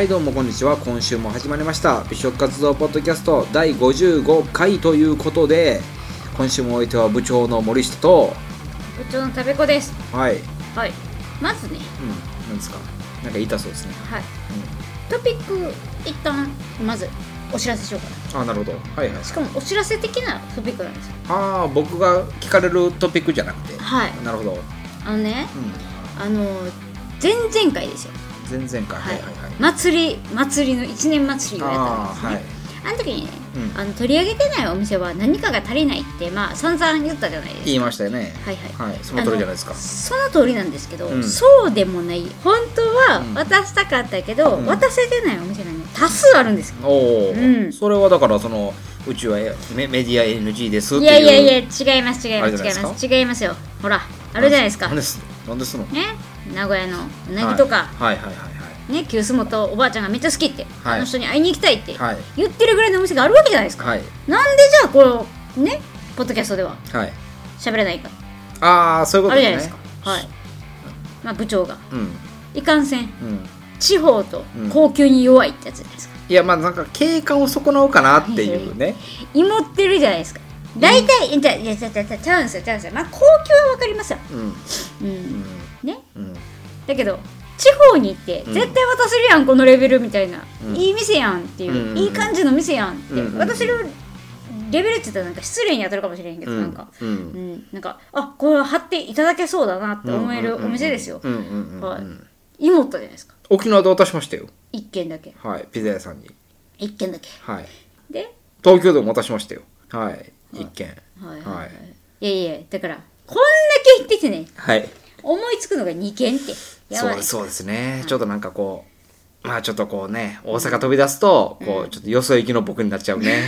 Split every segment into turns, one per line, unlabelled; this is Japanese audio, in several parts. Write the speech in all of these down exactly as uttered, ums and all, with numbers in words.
はいどうもこんにちは。今週も始まりました美食活動ポッドキャストだいごじゅうごかいということで、今週もお相手は部長の森下と
部長の食べ子です。
はい
はいまずね
うんなんですかなんか言いたそうですね。
はい、うん、トピック一旦まずお知らせしようかな。
あなるほどはいはい。
しかもお知らせ的なトピックなんですよ。
ああ僕が聞かれるトピックじゃなくて
はい
なるほど。
あのね、うん、あの前々回ですよ。
前々回、はい、はいはい
祭り祭りの一年祭りをやったんですね。あ,、はい、あの時にね、うん、あの取り上げてないお店は何かが足りないってまあ散々言ったじゃないですか。
言いましたよね。
はいはい、
はい、その通りじゃないですか。
その通りなんですけど、うん、そうでもない本当は渡したかったけど、うん、渡せてないお店がね多数あるんですよ。
おお、うん、それはだからそのうちはメメディア エヌジー ですっていう。
いやいやいや違います違います違います違いますよ。ほらあるじゃないですか。
なんですなんですの
ね名古屋のうなぎとか、
はい、はいはいはいはい
ね旧洲本おばあちゃんがめっちゃ好きって、はい、あの人に会いに行きたいって言ってるぐらいのお店があるわけじゃないですか。はい、なんでじゃあこのねポッドキャストでは喋れないか。
ああそういうことね。
あるじゃないですか。はい。まあ部長が、うん、いかんせん、うん、地方と高級に弱いってやつじゃないですか。
いやまあなんか景観を損なうかなっていうね。
芋ってるじゃないですか。大体、うん、じゃいやちゃちゃちゃちゃうんですよちゃうんですよ。まあ高級はわかりますよ。うん。うん。うん、ね、うん。だけど地方に行って絶対渡せるやん、うん、このレベルみたいな、うん、いい店やんっていう、うん、いい感じの店やんって、うん、渡せるレベルって言ったらなんか失礼に当たるかもしれへんけど、うん、なんか、うんうん、なんかあこれは貼っていただけそうだなって思えるお店ですよ。いもったじゃないですか。
沖縄で渡しましたよ。
一軒だけ。
はいピザ屋さんに
一軒だけ。
はい
で
東京でも渡しましたよ。はい一軒。
はいはい、はい、いやいやだからこんだけ言っててね、はい、思いつくのがに軒ってやばい。
そうそうですね、はい、ちょっとなんかこうまあちょっとこうね大阪飛び出すと、うん、こうちょっとよそ行きの僕になっちゃうね。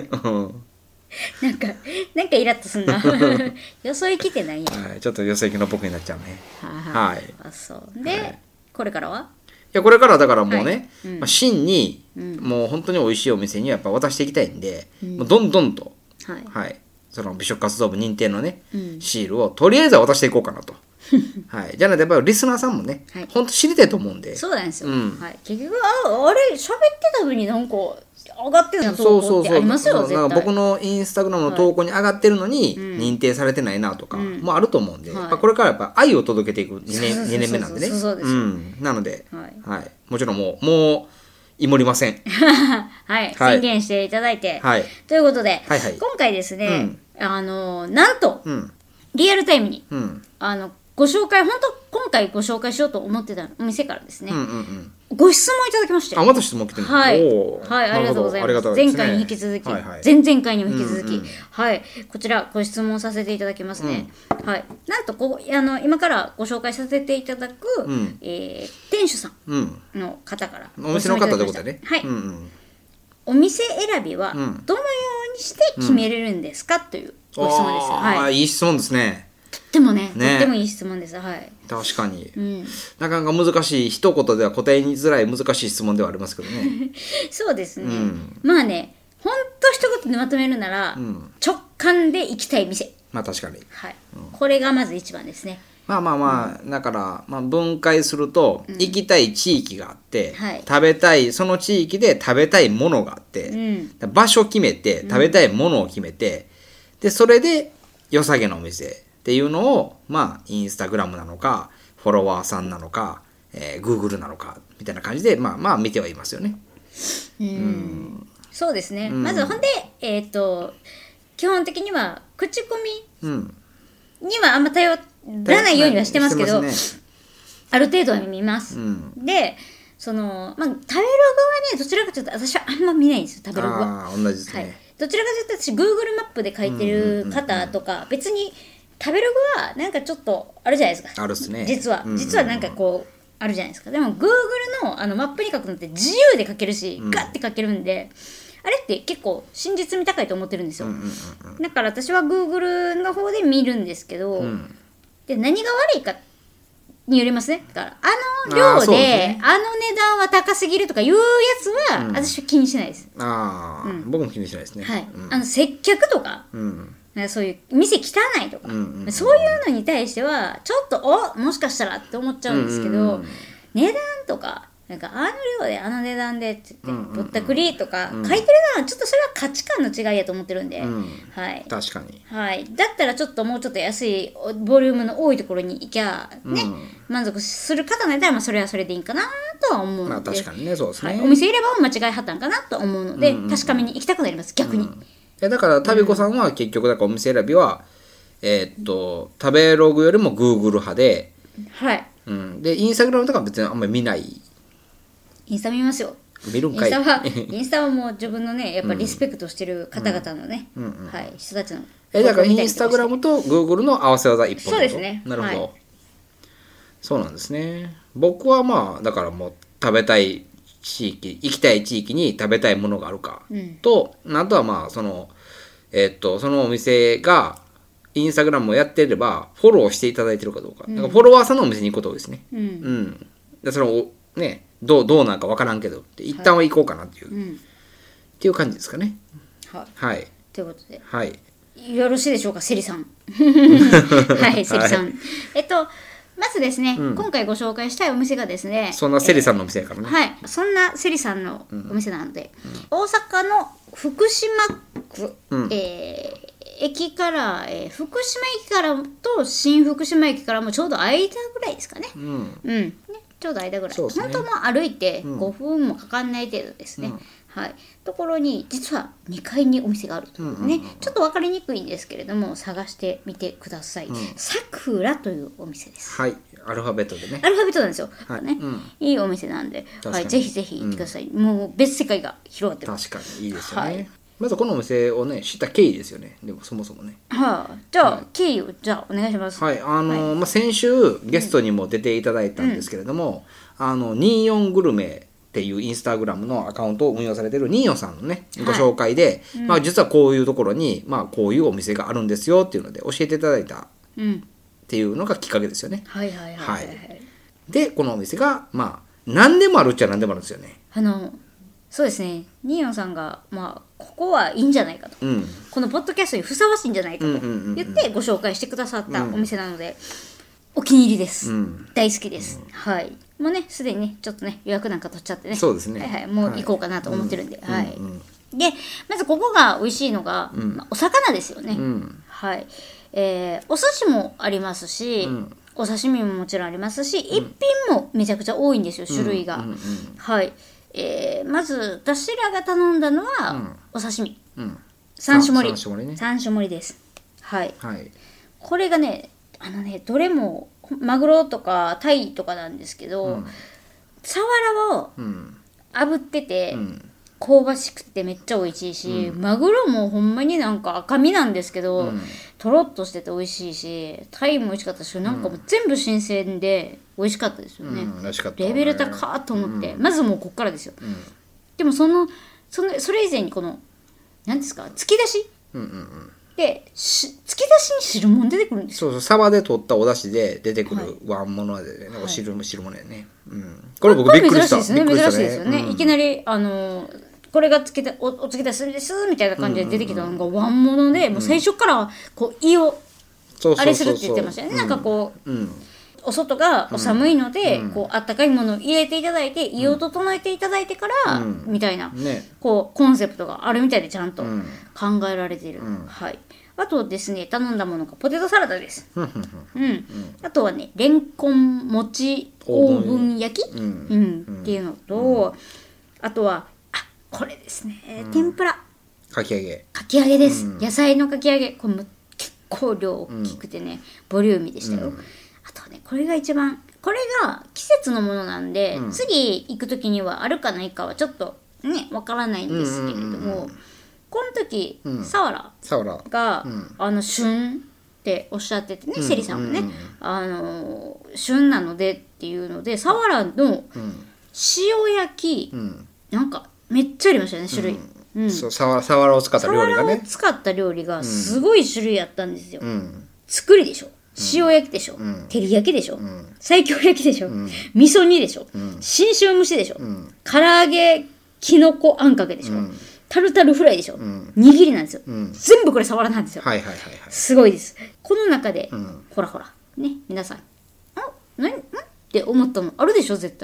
なんかなんかイラッとすんな。よそ行きってないやん、
はい、ちょっとよそ行きの僕になっちゃうね。
はい、はい、あそうで、はい、これからはい
やこれからだからもうね、はいうんまあ、真に、うん、もう本当に美味しいお店にはやっぱ渡していきたいんで、うん、もうどんどんと、はいはい、その美食活動部認定のね、うん、シールをとりあえずは渡していこうかなと。はい、じゃないとやっぱりリスナーさんもね、はい、本当知りたいと思うんで。
そうなんですよ、うんはい、結局ああれ喋ってたのになんか上がってるの投稿ってありますよ。そうそうそう、
絶対僕のインスタグラムの投稿に上がってるのに、はい、認定されてないなとかもあると思うんで、うんはい、これからやっぱ愛を届けていくにねん、にねんめなんでね。なので、はいはい、もちろんもうもういもりません。
はい、はい、宣言していただいて、はい、ということで、はいはい、今回ですね、うん、あのなんと、うん、リアルタイムに、うん、あのご紹介本当今回ご紹介しようと思ってたお店からですね、うんうんうん、ご質問いただきまして。
あまた質問来てる。
はい、はい、ありがとうございます。前回に引き続き、はいはい、前々回にも引き続き、うんうん、はいこちらご質問させていただきますね。うん、はいなんとこあの今からご紹介させていただく、うんえー、店主さんの方から、
うん、お店の方ということでね。
はい、
うんうん、
お店選びはどのようにして決めれるんですか、うん、というご質問です。
はい、いい質問ですね。
とってもね、ねとってもいい質問です。はい。
確かに、うん、なかなか難しい一言では答えづらい難しい質問ではありますけどね。
そうですね、うん、まあねほんと一言でまとめるなら、うん、直感で行きたい店。
まあ確かに、
はいうん、これがまず一番ですね。
まあまあまあ、うん、だから、まあ、分解すると、うん、行きたい地域があって、はい、食べたいその地域で食べたいものがあって、うん、場所決めて食べたいものを決めて、うん、でそれで良さげなお店っていうのをまあインスタグラムなのかフォロワーさんなのか、えー、Google なのかみたいな感じでまあまあ見てはいますよね。
うん、うん、そうですね、うん、まずほんでえっ、ー、と基本的には口コミにはあんま頼らないようにはしてますけど、ね、ある程度は見ます、うん、でそのまあ食べログはねどちらかというと私はあんま見ないんですよ。食べログは
あ同じですね、
はい、どちらかというと私 Google マップで書いてる方とか別に食べログはなんかちょっとあるじゃないですか。
あるっすね。
実は、うんうん、実はなんかこうあるじゃないですか。でも Google の, あのマップに書くのって自由で書けるし、うん、ガッて書けるんであれって結構真実味高いと思ってるんですよ、うんうんうんうん、だから私は Google の方で見るんですけど、うん、で何が悪いかによりますね。だからあの量 で, で、ね、あの値段は高すぎるとかいうやつは、うん、私は気にしないです。
あ、うん、僕も気にしないですね。
はい、
うん、
あの接客とか、うんなんかそういう店汚いとか、うんうんうん、そういうのに対してはちょっとおもしかしたらって思っちゃうんですけど、うんうんうん、値段とかなんかあの量であの値段でって言ってぼったくりとか書いてるのはちょっとそれは価値観の違いやと思ってるんで、
うん、
はい、
確かに、
はい、だったらちょっともうちょっと安いボリュームの多いところに行きゃね、うん、満足する方がいたらまあそれはそれでいいかなとは思うので、まあ確かにね、そうですね、はい、お店いれば間違いはったんかなと思うので、うんうんうん、確かめに行きたくなります逆に、うん、
えだからタビコさんは結局だからお店選びは、うん、えー、っと食べログよりも Google 派で、
はい、
うん、でインスタグラムとかは別にあんまり見ない。
インスタ見ますよ。
見るんかい。
インスタはインスタはもう自分のねやっぱリスペクトしてる方々のね、うんうんうん、はい、人たちの
えだからインスタグラムと Google の合わせ技一本。
そうですね。
なるほど、
はい、
そうなんですね。僕はまあだからもう食べたい地域行きたい地域に食べたいものがあるか、うん、とあとはまあそのえー、っとそのお店がインスタグラムをやっていればフォローしていただいてるかどうか、うん、だからフォロワーさんのお店に行くことですね。うん、うん、でそのねどうどうなんか分からんけどって一旦は行こうかなっていう、はい、うん、っていう感じですかね。
はい。
はい。
ということで、
はい。
よろしいでしょうか、セリさん。はい、セリさん。はい、えっとまずですね、うん、今回ご紹介したいお店がですね、
そんなセリさんのお店やからね。
えー、はい、そんなセリさんのお店なので、うんうん、大阪の福島区、うん、えー、駅から、えー、福島駅からと新福島駅からもちょうど間ぐらいですかね。うん。うんねちょうど間ぐらい、ね、本当も歩いてごふんもかかんない程度ですね、うん、はい、ところに実はにかいにお店があるというね、うんうんうん、ちょっと分かりにくいんですけれども探してみてください。さくらというお店です。
はい、アルファベットでね。
アルファベットなんですよ、はいねうん、いいお店なんで、はい、ぜひぜひ行ってください、うん、もう別世界が広がってます。
確かにいいですよね、はい、まずこのお店をね知った経緯ですよね。でもそもそもね、
はあ、じゃあ、はい、経緯をじゃあお願いします。
はい、あのーはいまあ、先週ゲストにも出ていただいたんですけれども、うん、あのにじゅうよんグルメっていうインスタグラムのアカウントを運用されているにじゅうよんさんのねご紹介で、はいまあ、実はこういうところに、まあ、こういうお店があるんですよっていうので教えていただいたっていうのがきっかけですよね。
はいはいはいはい、はい、
でこのお店がまあ何でもあるっちゃ何でもあるんですよね。
あのそうですね、にじゅうよんさんが、まあ、ここはいいんじゃないかと、うん、このポッドキャストにふさわしいんじゃないかと言ってご紹介してくださったお店なので、うん、お気に入りです、うん、大好きです、うん、はいもうねすでにねちょっとね予約なんか取っちゃってね、
そうですね、
はいはい、もう行こうかなと思ってるんで、はい、はいうんうん、でまずここが美味しいのが、うんまあ、お魚ですよね、うん、はいえー、お寿司もありますし、うん、お刺身ももちろんありますし、一品もめちゃくちゃ多いんですよ種類が、うんうんうん、はいえー、まず私らが頼んだのは、うん、お刺身、うん、三種盛り三種盛り、ね、三種盛りです、はい、はい、これがねあのねどれもマグロとかタイとかなんですけど、うん、サワラを炙ってて、うん、香ばしくてめっちゃ美味しいし、うん、マグロもほんまになんか赤身なんですけど、うん、とろっとしてて美味しいしタイも美味しかったし、なんかもう全部新鮮で美味しかったですよね、うん、美味しかったね、レベル高ーと思って、うん、まずもうこっからですよ、うん、でもそのそのそれ以前にこの何ですか突き出し、うんうんうんでし突き出しに汁物出てくるんです
よ。そうそうサバで取ったお出汁で出てくるワン物で、ねはい、お汁も汁物やね、うん、これ僕びっくりした。
珍しいですね、珍しいですよね、うん、いきなりあのこれがつけて お, おつけ出しですみたいな感じで出てきたのがワン物で、うんうんうん、もう最初からこう胃をあれするって言ってましたよね、なんかこう、うんお外がお寒いので、うん、こうあったかいものを入れていただいて、うん、胃を整えていただいてから、うん、みたいな、ね、こうコンセプトがあるみたいでちゃんと考えられている、うんはい、あとですね頼んだものがポテトサラダです、うん、あとはねレンコン餅オーブン焼き、うんうん、っていうのと、あとはあこれですね、天ぷら
かき揚げ
かき揚げです、野菜のかき揚げこれも結構量大きくてね、ボリューミーでしたよ、あとねこれが一番これが季節のものなんで、うん、次行く時にはあるかないかはちょっとねわからないんですけれども、うんうんうん、この時、うん、サワラが、うん、あの旬っておっしゃっててね、うん、セリさんもね、うんうんうん、あの旬なのでっていうのでサワラの塩焼き、うん、なんかめっちゃありましたね種類、うんうん、
そうサワラ、サワラを使った料理がね
サワラを使った料理がすごい種類あったんですよ、うん、作りでしょ塩焼きでしょ、うん、照り焼きでしょ、うん、西京焼きでしょ、うん、味噌煮でしょ、うん、信州蒸しでしょ、うん、唐揚げきのこあんかけでしょ、うん、タルタルフライでしょ、うん、握りなんですよ、うん、全部これサワラなんですよ、はいはいはいはい、すごいです。この中で、うん、ほらほらね皆さんあ何んって思ったのあるでしょ絶対。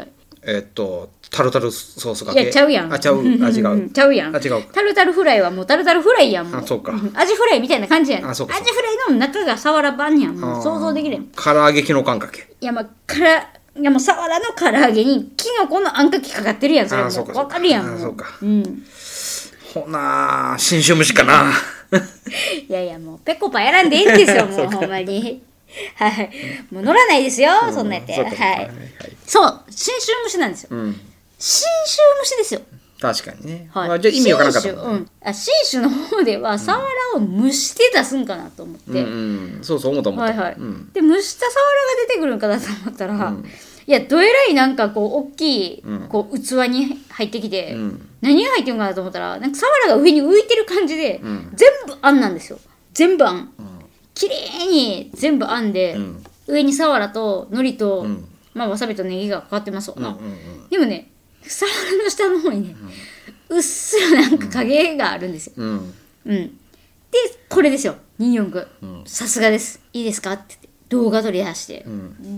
えー、っとタルタルソースがけ。
いやちゃうやん。
あちゃう。あ違う。
ちゃうやん。
あ違う。
タルタルフライはもうタルタルフライやん。もう
あそうか。
アジフライみたいな感じやん。
あそうか。
アジフライの中がサワラ版やん。もう想像できるやん。
唐揚げキノコあんかけ。
いやまあからいやもうサワラの唐揚げにキノコのあんかけかかってるやん。それもうわかるやん。
あそうか。
うん。
ほな信州蒸しかな。
いやいやもうペコパやらんでいいんですよもうほんまに。はい、もう乗らないですよ、うん、そんなやって。はい、はい、そう信州蒸しなんですよ。うん、信州蒸しですよ。
確かにね。はい、まあ、じゃあ意味わからなかった、ね。
うん、あ信州の方ではサワラを蒸して出すんかなと思って。うん
うん、そうそう思った思った。はいはい。うん、
で蒸したサワラが出てくるんかなと思ったら、うん、いやどえらいなんかこう大きい、うん、こう器に入ってきて、うん、何が入ってるんかなと思ったらなんかサワラが上に浮いてる感じで、うん、全部あんなんですよ。全部あん。うん綺麗に全部編んで、うん、上にサワラと海苔と、うん、まあわさびとネギがかかってますわな、うんうんうん、でもねサワラの下の方にね、うん、うっすらなんか影があるんですよ、うんうん、でこれですよにひゃくよんじゅうきゅう、さすがですいいですかって言って動画取り出して、うん、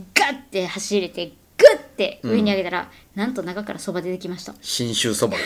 ガッて走れてグッて上に上げたら、うん、なんと中からそば出てきました。
信州そば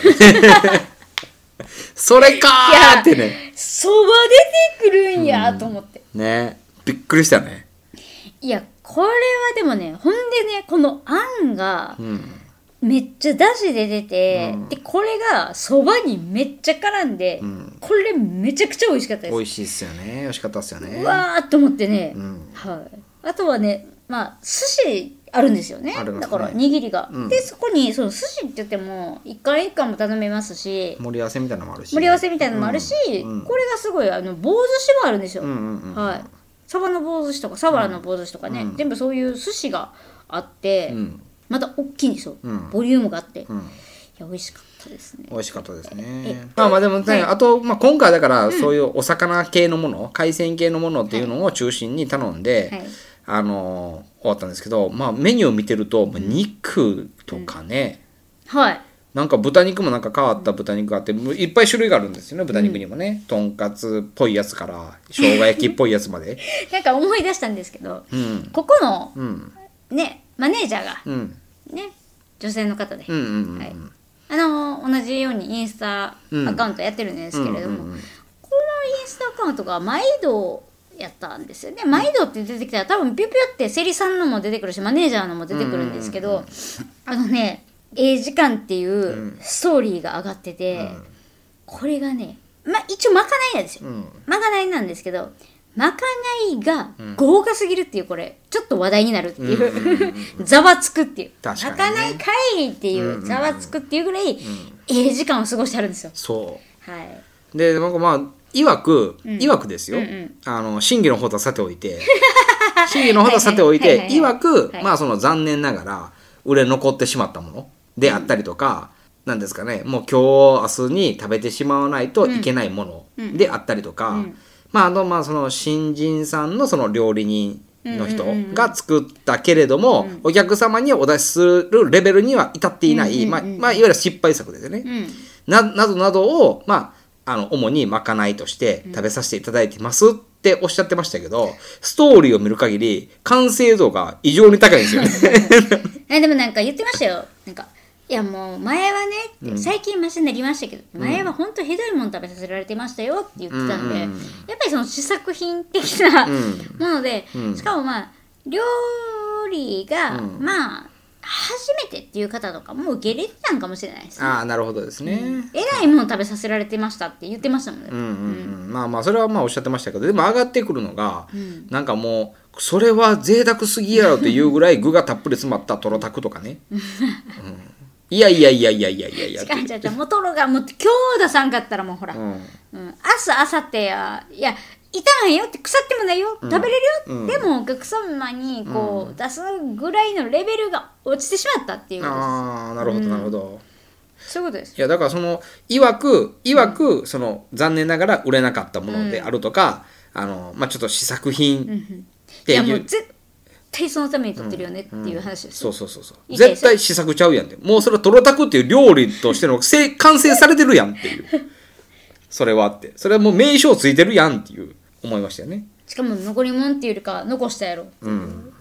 それかーってね。
そば出てくるんやと思って、
うん、ねびっくりしたね。
いやこれはでもねほんでねこのあんがめっちゃ出汁で出て、うん、でこれがそばにめっちゃ絡んで、うん、これめちゃくちゃ美味しかったです。
美味しいっすよね。美味しかったっすよね。
うわーっと思ってね、うんはい、あとはねまあ寿司あるんですよ ね, ねだから握りが、うん、でそこにその寿司って言っても一貫一貫も頼めますし
盛り合わせみたいなのもあるし
盛り合わせみたいなのもあるし、うん、これがすごいあの棒寿司もあるんですよ、うんうんうん、はいサバの棒寿司とかサワラの棒寿司とかね、うん、全部そういう寿司があって、うん、また大きいんですよ、うん、ボリュームがあって、うん、いや美味しかったですね。
美味しかったですね。まあまあでもね、はい、あと、まあ、今回だからそういうお魚系のもの、うん、海鮮系のものっていうのを中心に頼んで、はいあのー、終わったんですけど、まあ、メニューを見てると、まあ、肉とかね、
うん、はい
なんか豚肉もなんか変わった豚肉があっていっぱい種類があるんですよね豚肉にもね、うん、とんかつっぽいやつから生姜焼きっぽいやつまで
なんか思い出したんですけど、うん、ここの、うん、ねマネージャーが、うん、ね女性の方で、うんうんうんはい、あのー、同じようにインスタアカウントやってるんですけれども、うんうんうん、このインスタアカウントが毎度やったんですよね。毎度って出てきたら多分ピュピュってセリさんのも出てくるしマネージャーのも出てくるんですけど、うんうんうん、あのねええ時間っていうストーリーが上がってて、うん、これがねまあ一応まかないなんですよ、うん、まかないなんですけどまかないが豪華すぎるっていうこれちょっと話題になるっていうざわつくっていう、まかないかいっていうざわつくっていうぐらい、うん、ええ時間を過ごしてあるんですよ。
そう、
はい、
でなんかまあいわく、うん、いわくですよ、うんうん、あの真偽のほどはさておいて真偽のほどはさておいていわく、はい、まあその残念ながら売れ残ってしまったものであったりとか、うん、なんですかねもう今日明日に食べてしまわないといけないものであったりとか、うんうん、まああとまあその新人さんのその料理人の人が作ったけれども、うんうんうん、お客様にお出しするレベルには至っていない、うんうんうん、まあ、まあいわゆる失敗作ですよね、うん、な, などなどをまああの主にまかないとして食べさせていただいてますっておっしゃってましたけど、ストーリーを見る限り完成度が異常に高いんですよね
えでもなんか言ってましたよなんかいやもう前はね、うん、最近マシになりましたけど、うん、前は本当ひどいもの食べさせられてましたよって言ってたんで、うんうん、やっぱりその試作品的なもので、うん、しかもまあ料理が、うん、まあ初めてっていう方とかもう受け入れてたんかもしれないですね。
ああなるほどですね、うん、
えらいもの食べさせられてましたって言ってましたもんね、
うんうんうん、まあまあそれはまあおっしゃってましたけどでも上がってくるのが、うん、なんかもうそれは贅沢すぎやろっていうぐらい具がたっぷり詰まったとろたくとかね、うん、いやいやいやいやいやいやいや
違う違う違うもうとろがもう今日出さんかったらもうほら、うんうん、明日明後日やいや傷まへんよって腐ってもないよ、うん、食べれるよ、うん、でもお客様にこう、うん、出すぐらいのレベルが落ちてしまったっていうことです。
ああなるほどなるほど、うん、
そういうことです。
いやだからそのいわくいわくその残念ながら売れなかったものであるとか、うん、あのまあちょっと試作品っていう、
うんうん、いやもう絶対そのために撮ってるよねっていう話です、
うんうん、そうそうそうそう絶対試作ちゃうやんってもうそれはトロタクっていう料理としての完成されてるやんっていうそれはあってそれはもう名称ついてるやんっていう思いましたよね。
しかも残り物っていうよりか残したやろ、
うん、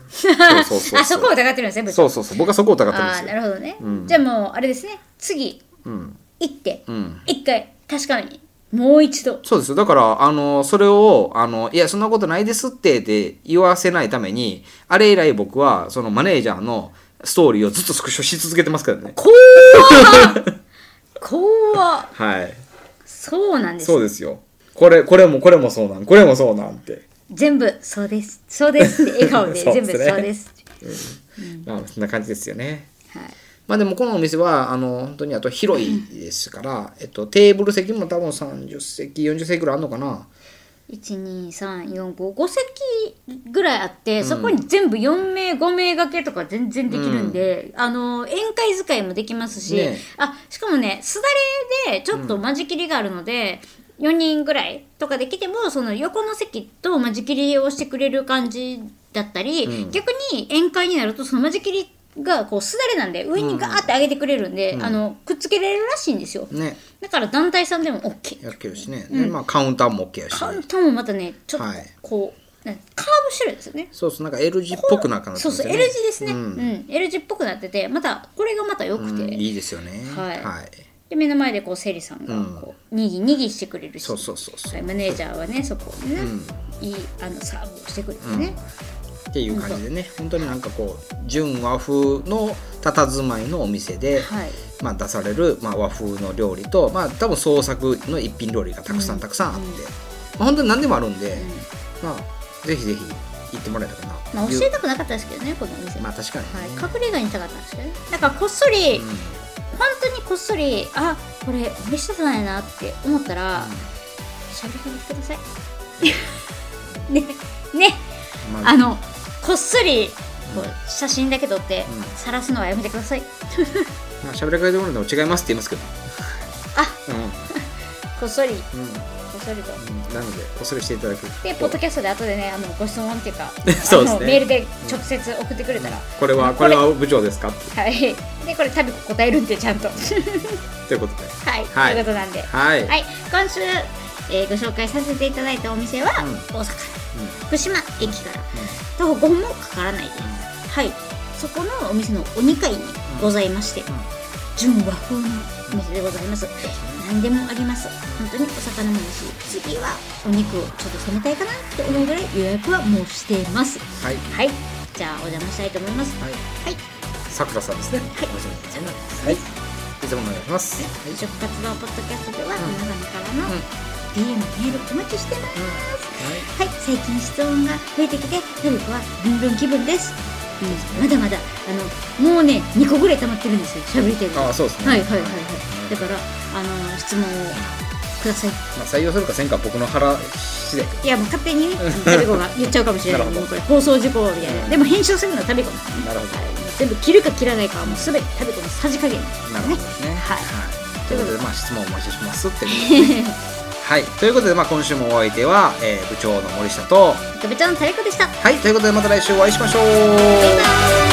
そうそうそう
あそこを疑ってるんですね部長。
そうそうそう僕はそこを疑ってるんですよ。
あなるほどね、うん、じゃあもうあれですね次、うん、行って一、うん、回確かにもう一度
そうですよ。だからあのそれをあのいやそんなことないですってって言わせないためにあれ以来僕はそのマネージャーのストーリーをずっとスクショし続けてますからね。
怖っ怖っ
はい
そうなんです、
そうですよ。これこれもこれもそうなんこれもそうなんって
全部そうですそうですって笑顔で全部そうです、
うん、まあそんな感じですよね。はい。まあでもこのお店はあの本当にあと広いですから、うんえっと、テーブル席も多分さんじゅっ席よんじゅっ席ぐらいあるのかな。
いちにさんよんごご席ぐらいあって、うん、そこに全部よん名ご名掛けとか全然できるんで、うん、あの宴会使いもできますし、ね、あしかもねすだれでちょっと間仕切りがあるので、うん、よにんぐらいとかで来てもその横の席と間仕切りをしてくれる感じだったり、うん、逆に宴会になるとその間仕切りがこうすだれなんで上にガーって上げてくれるんで、うん、あのくっつけられるらしいんですよ、ね、だから団体さんでも OK
やっけるしね、うんでまあ、カウンターも OK やし、ね、
カウンターもまたねちょっとこう、はい、カーブしてるんですよね。
そうそうなんか L 字っぽくな感じ
ですね。そうそう L 字ですね、うんうん、L 字っぽくなっててまたこれがまた良くて、うん、
いいですよね。
はい、はい、で目の前でこうセリさんがこう、うん、にぎにぎしてくれるし、
そうそうそうそう、
はい、マネージャーはねそこにね、うん、いいあのサーブをしてくれてね、
うん、っていう感じでね本当になんかこう純和風の佇まいのお店で、はいまあ、出される、まあ、和風の料理と、まあ、多分創作の一品料理がたくさんたくさんあって、うんまあ、本当に何でもあるんで、うんまあ、ぜひぜひ行ってもらえたかな、
まあ、教えたくなかったですけどねこのお店。
まあ確かに、ね、
はい、隠れ家にしたかったんですけどね。だからこっそり、うん、本当にこっそりあこれお店じゃないなって思ったらしゃべりかけてくださいねね、まあ、あのこっそりこう写真だけ撮って晒すのはやめてください。
まあ喋りかけてもらうのも違いますって言いますけど。
あ、うん、こっそり、うん、こっそりと、
うん。なのでこっそりしていただく。
でポッドキャストで後でねあのご質問っていうか
そうですね、
メールで直接送ってくれたら、うん、
これはこれは部長ですかって。
はい。でこれタビコ答えるんでちゃんと。
ということで。
はい。はい、ということなんで。はい。はい、今週、えー、ご紹介させていただいたお店は、うん、大阪、うん、福島駅から徒歩ごふんもかからないです。うんはい、そこのお店のおにかいにございまして、うん、純和風のお店でございます、うん、何でもあります。本当にお魚もいいし次はお肉をちょっと攻めたいかなって思うぐらい予約はもうしています。はい、はい、じゃあお邪魔したいと思います。はい、はい、
さくらさんですね。はい、そうなんです。はい、いつもお願いします。
はい、食活動ポッドキャストでは皆様からの、うんディーエム メールお待ちしてます、うん、はい、はい、最近質問が増えてきてトリコはルンルン気分です。うん、まだまだあのもうねにこぐらい溜まってるんですよ喋りたいの。
ああそうですね。
はいはいはいはい。だからあの質問をください。
まあ採用するかせんか僕の腹次第。
いやもう勝手にねタビコが言っちゃうかもしれない。もうこれ放送事項みたいな。でも編集するのはタビコなんですね。なるほど。はい、全部切るか切らないかはもうすべてタビコのさじ加減ですね。なるほどですね。はい。はい、
ということでまあ質問お待ちしますってことですね。はい、ということで、まあ、今週もお相手は、えー、部長の森下と
部長のタレコでした。
はい、ということでまた来週お会いしましょう。バイバーイ。